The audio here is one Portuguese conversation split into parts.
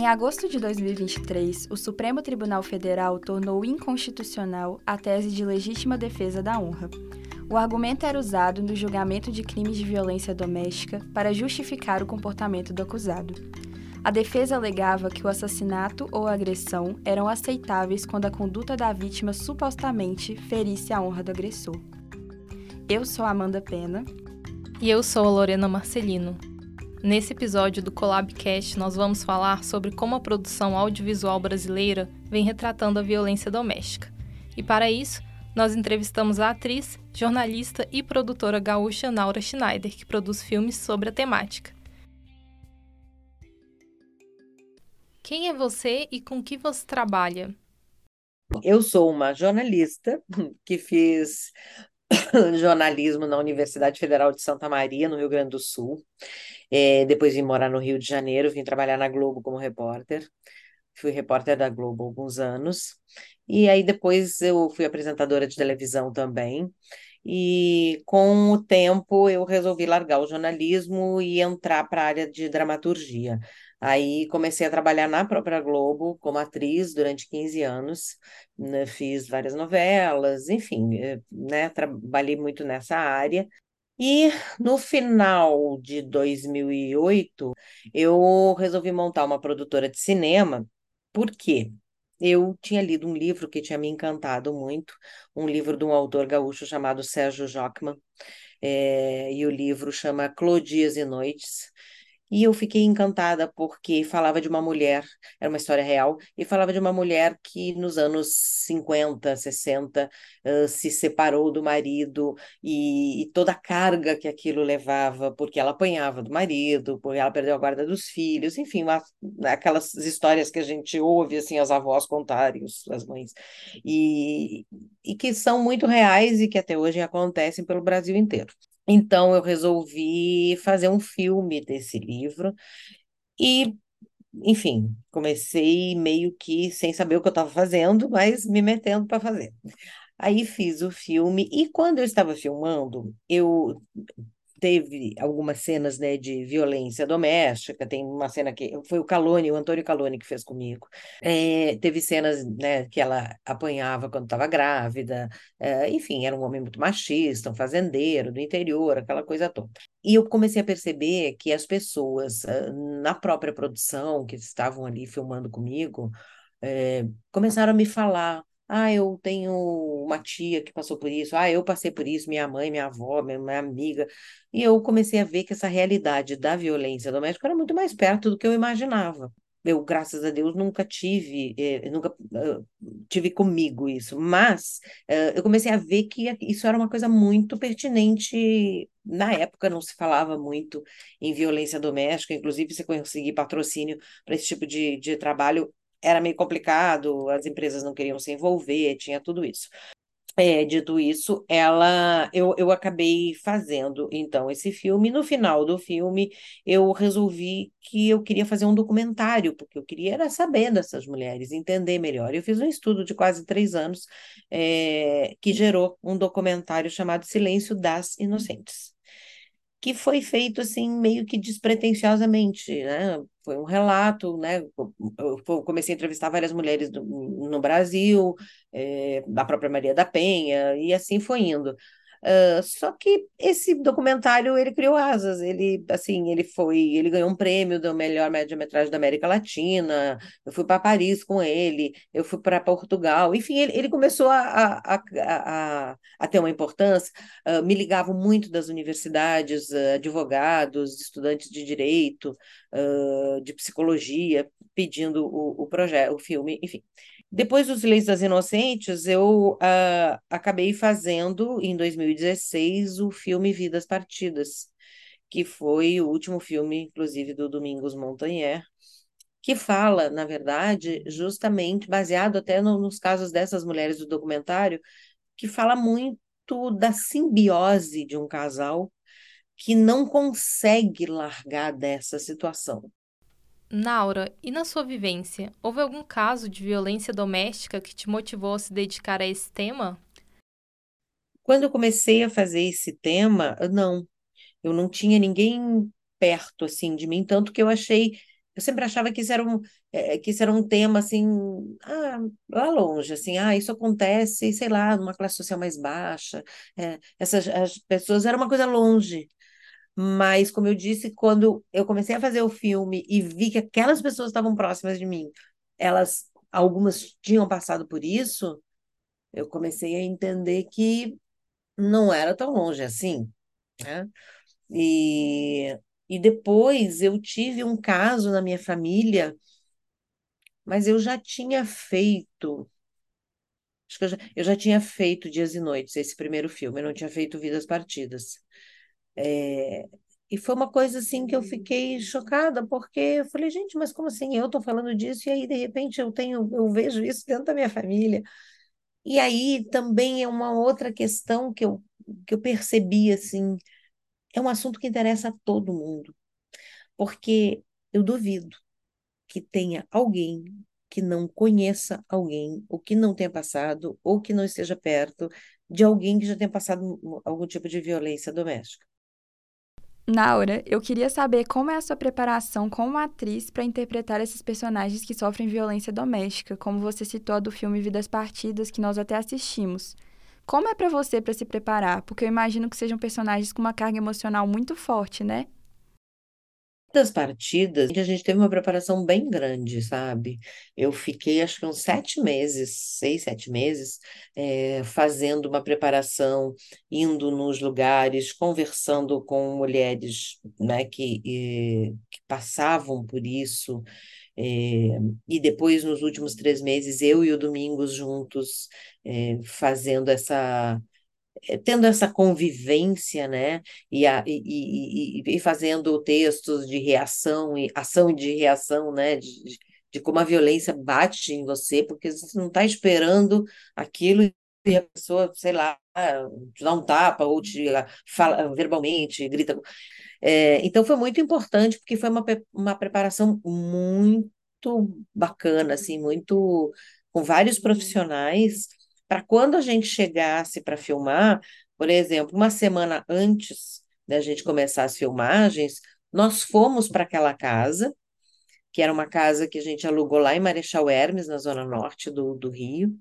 agosto de 2023, o Supremo Tribunal Federal tornou inconstitucional a tese de legítima defesa da honra. O argumento era usado no julgamento de crimes de violência doméstica para justificar o comportamento do acusado. A defesa alegava que o assassinato ou a agressão eram aceitáveis quando a conduta da vítima supostamente ferisse a honra do agressor. Eu sou Amanda Pena. E eu sou a Lorena Marcelino. Nesse episódio do Collabcast, nós vamos falar sobre como a produção audiovisual brasileira vem retratando a violência doméstica. E para isso, nós entrevistamos a atriz, jornalista e produtora gaúcha Naura Schneider, que produz filmes sobre a temática. Quem é você e com que você trabalha? Eu sou uma jornalista que fiz jornalismo na Universidade Federal de Santa Maria, no Rio Grande do Sul. Depois vim morar no Rio de Janeiro, vim trabalhar na Globo como repórter. Fui repórter da Globo há alguns anos. E aí depois eu fui apresentadora de televisão também. E com o tempo eu resolvi largar o jornalismo e entrar para a área de dramaturgia. Aí comecei a trabalhar na própria Globo como atriz durante 15 anos, né, fiz várias novelas, enfim, né, trabalhei muito nessa área. E no final de 2008, eu resolvi montar uma produtora de cinema, porque eu tinha lido um livro que tinha me encantado muito, um livro de um autor gaúcho chamado Sérgio Jockmann, e o livro chama Clodias e Noites. E eu fiquei encantada porque falava de uma mulher, era uma história real, e falava de uma mulher que nos anos 50, 60, se separou do marido e toda a carga que aquilo levava, porque ela apanhava do marido, porque ela perdeu a guarda dos filhos, enfim, aquelas histórias que a gente ouve assim as avós contarem, as mães, e, e que são muito reais e que até hoje acontecem pelo Brasil inteiro. Então, eu resolvi fazer um filme desse livro e, enfim, comecei meio que sem saber o que eu estava fazendo, mas me metendo para fazer. Aí fiz o filme e quando eu estava filmando, eu teve algumas cenas, né, de violência doméstica, tem uma cena que foi o Antônio Calone que fez comigo. Teve cenas, né, que ela apanhava quando estava grávida, enfim, era um homem muito machista, um fazendeiro do interior, aquela coisa toda. E eu comecei a perceber que as pessoas, na própria produção, que estavam ali filmando comigo, começaram a me falar. Ah, eu tenho uma tia que passou por isso. Ah, eu passei por isso, minha mãe, minha avó, minha amiga. E eu comecei a ver que essa realidade da violência doméstica era muito mais perto do que eu imaginava. Eu, graças a Deus, nunca tive comigo isso, mas eu comecei a ver que isso era uma coisa muito pertinente. Na época não se falava muito em violência doméstica, inclusive se conseguir patrocínio para esse tipo de trabalho era meio complicado, as empresas não queriam se envolver, tinha tudo isso. Dito isso, eu acabei fazendo então esse filme. No final do filme, eu resolvi que eu queria fazer um documentário, porque eu queria era saber dessas mulheres, entender melhor. Eu fiz um estudo de quase 3 anos, que gerou um documentário chamado Silêncio das Inocentes, que foi feito assim meio que despretensiosamente, né? Foi um relato, né? Eu comecei a entrevistar várias mulheres no Brasil, a própria Maria da Penha, e assim foi indo. Só que esse documentário ele criou asas, ele assim, ele ganhou um prêmio do melhor média-metragem da América Latina. Eu fui para Paris com ele, eu fui para Portugal, enfim, ele começou a ter uma importância. Me ligavam muito das universidades, advogados, estudantes de direito, de psicologia, pedindo o projeto, o filme, enfim. Depois dos Silêncio das Inocentes, eu acabei fazendo, em 2016, o filme Vidas Partidas, que foi o último filme, inclusive, do Domingos Montanher, que fala, na verdade, justamente baseado até nos casos dessas mulheres do documentário, que fala muito da simbiose de um casal que não consegue largar dessa situação. Naura, e na sua vivência, houve algum caso de violência doméstica que te motivou a se dedicar a esse tema? Quando eu comecei a fazer esse tema, não, eu não tinha ninguém perto assim de mim, tanto que eu achei Eu sempre achava que isso era um tema assim, lá longe, assim, isso acontece, sei lá, numa classe social mais baixa. Essas as pessoas era uma coisa longe. Mas, como eu disse, quando eu comecei a fazer o filme e vi que aquelas pessoas estavam próximas de mim, algumas tinham passado por isso, eu comecei a entender que não era tão longe assim, né? E, e depois eu tive um caso na minha família, mas eu já tinha feito, acho que eu já tinha feito Dias e Noites, esse primeiro filme, eu não tinha feito Vidas Partidas. É, e foi uma coisa assim que eu fiquei chocada, porque eu falei, gente, mas como assim? Eu estou falando disso, e aí de repente eu vejo isso dentro da minha família. E aí também é uma outra questão que eu percebi assim, é um assunto que interessa a todo mundo, porque eu duvido que tenha alguém que não conheça alguém, ou que não tenha passado, ou que não esteja perto de alguém que já tenha passado algum tipo de violência doméstica. Naura, eu queria saber como é a sua preparação como atriz para interpretar esses personagens que sofrem violência doméstica, como você citou a do filme Vidas Partidas, que nós até assistimos. Como é para você para se preparar? Porque eu imagino que sejam personagens com uma carga emocional muito forte, né? Das partidas, a gente teve uma preparação bem grande, sabe? Eu fiquei, acho que uns 7 meses, 6, 7 meses, fazendo uma preparação, indo nos lugares, conversando com mulheres, né, que passavam por isso. E depois, nos últimos 3 meses, eu e o Domingos juntos, fazendo tendo essa convivência, né? E fazendo textos de reação e ação e de reação, né? De como a violência bate em você, porque você não está esperando aquilo e a pessoa, sei lá, te dá um tapa ou te fala verbalmente, grita. Então foi muito importante, porque foi uma preparação muito bacana, assim, muito com vários profissionais, para quando a gente chegasse para filmar, por exemplo, uma semana antes da gente começar as filmagens, nós fomos para aquela casa, que era uma casa que a gente alugou lá em Marechal Hermes, na zona norte do Rio,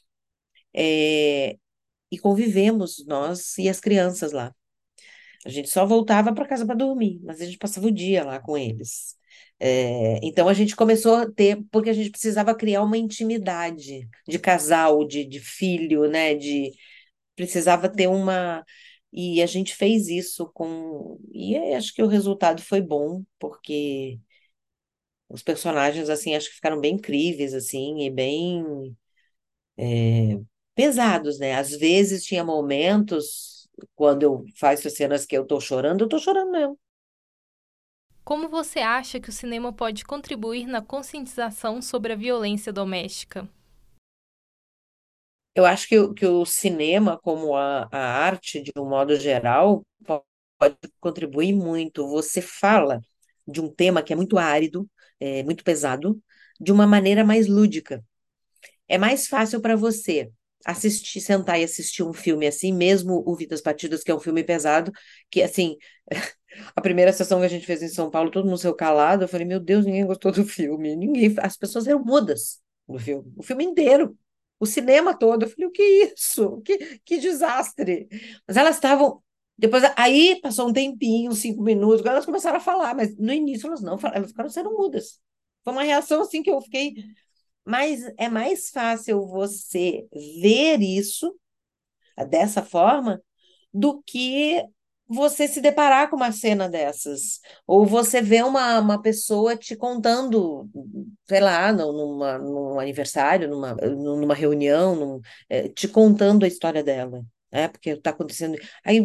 é, e convivemos, nós e as crianças lá. A gente só voltava para casa para dormir, mas a gente passava o dia lá com eles. Então a gente começou a ter, porque a gente precisava criar uma intimidade de casal, de filho, né? Precisava ter uma. E a gente fez isso com. E acho que o resultado foi bom, porque os personagens, assim, acho que ficaram bem incríveis, assim, e bem pesados, né? Às vezes tinha momentos, quando eu faço cenas que eu tô chorando mesmo. Como você acha que o cinema pode contribuir na conscientização sobre a violência doméstica? Eu acho que o cinema, como a arte, de um modo geral, pode contribuir muito. Você fala de um tema que é muito árido, muito pesado, de uma maneira mais lúdica. É mais fácil para você assistir, sentar e assistir um filme assim, mesmo o Vidas Partidas, que é um filme pesado, que assim, a primeira sessão que a gente fez em São Paulo, todo mundo saiu calado. Eu falei, meu Deus, ninguém gostou do filme. As pessoas eram mudas no filme, o filme inteiro, o cinema todo. Eu falei, o que é isso? Que desastre. Mas elas estavam. Depois, aí passou um tempinho, 5 minutos, elas começaram a falar, mas no início elas não falaram, elas ficaram sendo mudas. Foi uma reação assim que eu fiquei. Mas é mais fácil você ver isso dessa forma do que você se deparar com uma cena dessas. Ou você vê uma pessoa te contando, sei lá, num aniversário, numa reunião, te contando a história dela. Porque está acontecendo. Aí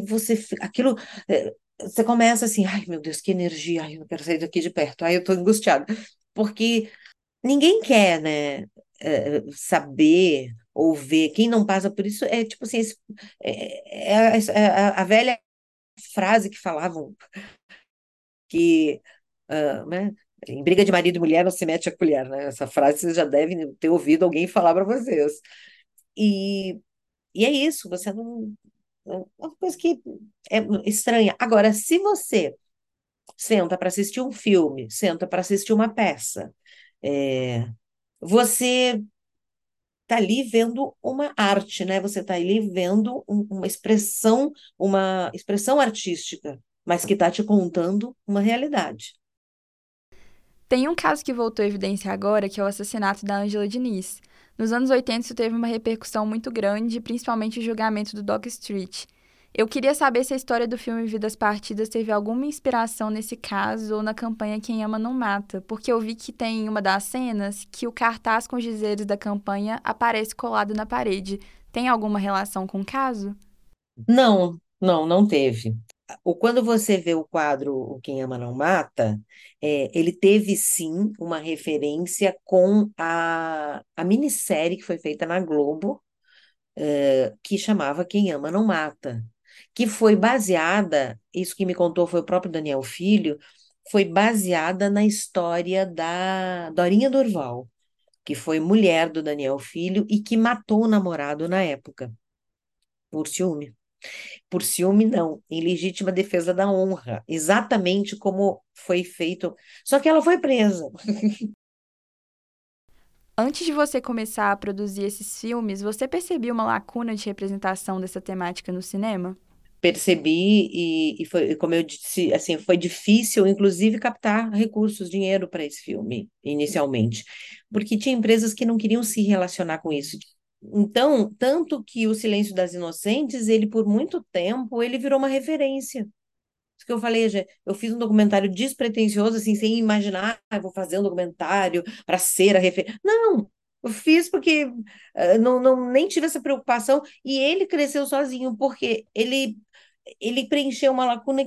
você começa assim, ai meu Deus, que energia, ai, eu não quero sair daqui de perto, ai, eu estou angustiada. Porque ninguém quer, né, saber ou ver. Quem não passa por isso é tipo assim, a velha frase que falavam que, né, em briga de marido e mulher não se mete a colher, né? Essa frase vocês já devem ter ouvido alguém falar para vocês. E, e é isso, você não. É uma coisa que é estranha. Agora, se você senta para assistir um filme, senta para assistir uma peça. É, você está ali vendo uma arte, né? Você está ali vendo uma expressão artística, mas que está te contando uma realidade. Tem um caso que voltou à evidência agora, que é o assassinato da Ângela Diniz. Nos anos 80, isso teve uma repercussão muito grande, principalmente o julgamento do Dock Street. Eu queria saber se a história do filme Vidas Partidas teve alguma inspiração nesse caso ou na campanha Quem Ama Não Mata, porque eu vi que tem uma das cenas que o cartaz com os dizeres da campanha aparece colado na parede. Tem alguma relação com o caso? Não, não, não teve. Quando você vê o quadro O Quem Ama Não Mata, ele teve sim uma referência com a minissérie que foi feita na Globo, que chamava Quem Ama Não Mata, que foi baseada, isso que me contou foi o próprio Daniel Filho, foi baseada na história da Dorinha Durval, que foi mulher do Daniel Filho e que matou o namorado na época, por ciúme. Por ciúme, não, em legítima defesa da honra, exatamente como foi feito. Só que ela foi presa. Antes de você começar a produzir esses filmes, você percebia uma lacuna de representação dessa temática no cinema? Percebi e foi, como eu disse, assim, foi difícil, inclusive, captar recursos, dinheiro para esse filme, inicialmente, porque tinha empresas que não queriam se relacionar com isso. Então, tanto que O Silêncio das Inocentes, ele por muito tempo, ele virou uma referência. Isso que eu falei, eu fiz um documentário despretensioso, assim, sem imaginar, vou fazer um documentário para ser a referência. Não, eu fiz porque nem tive essa preocupação e ele cresceu sozinho, porque ele preencheu uma lacuna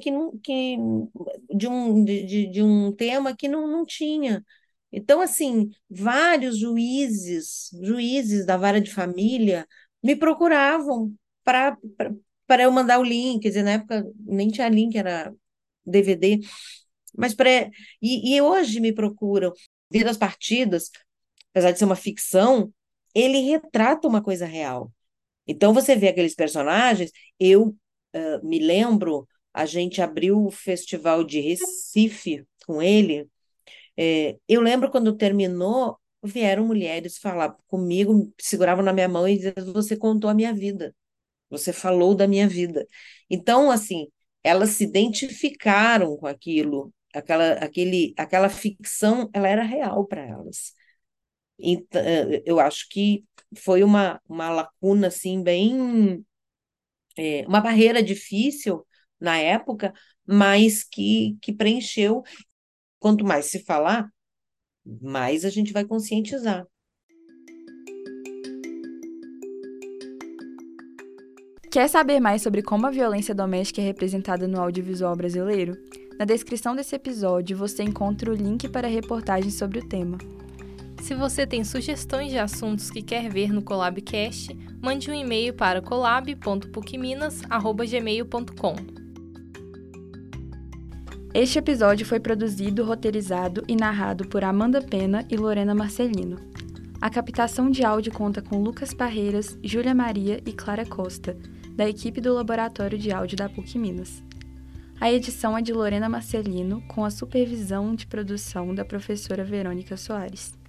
de um tema que não tinha. Então, assim, vários juízes da vara de família me procuravam para para eu mandar o link, quer dizer, na época nem tinha link, era DVD, mas e hoje me procuram. Vidas Partidas, apesar de ser uma ficção, ele retrata uma coisa real. Então você vê aqueles personagens, eu me lembro, a gente abriu o festival de Recife com ele. Eu lembro quando terminou, vieram mulheres falar comigo, seguravam na minha mão e diziam: Você contou a minha vida. Você falou da minha vida. Então, assim, elas se identificaram com aquilo, aquela ficção, ela era real para elas. Então, eu acho que foi uma lacuna, assim, bem, uma barreira difícil na época, mas que preencheu. Quanto mais se falar, mais a gente vai conscientizar. Quer saber mais sobre como a violência doméstica é representada no audiovisual brasileiro? Na descrição desse episódio você encontra o link para a reportagem sobre o tema. Se você tem sugestões de assuntos que quer ver no Colabcast, mande um e-mail para colab.pucminas@gmail.com. Este episódio foi produzido, roteirizado e narrado por Amanda Pena e Lorena Marcelino. A captação de áudio conta com Lucas Parreiras, Júlia Maria e Clara Costa, da equipe do Laboratório de Áudio da PUC Minas. A edição é de Lorena Marcelino, com a supervisão de produção da professora Verônica Soares.